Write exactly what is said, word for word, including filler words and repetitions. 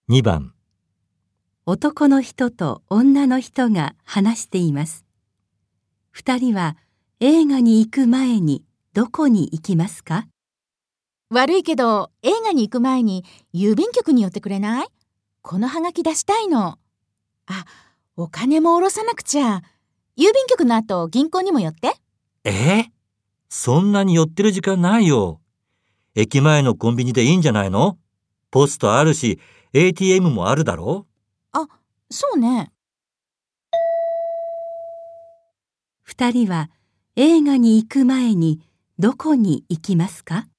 にばん、 男の人と女の人が話しています。二人は映画に行く前にどこに行きますか？ 悪いけど、映画に行く前に郵便局に寄ってくれない？このハガキ出したいの。あ、お金も下ろさなくちゃ。郵便局の後、銀行にも寄って。 えー、そんなに寄ってる時間ないよ。駅前のコンビニでいいんじゃないの？ポストあるし、エーティーエム もあるだろ？ あ、そうね。 二人は映画に行く前にどこに行きますか？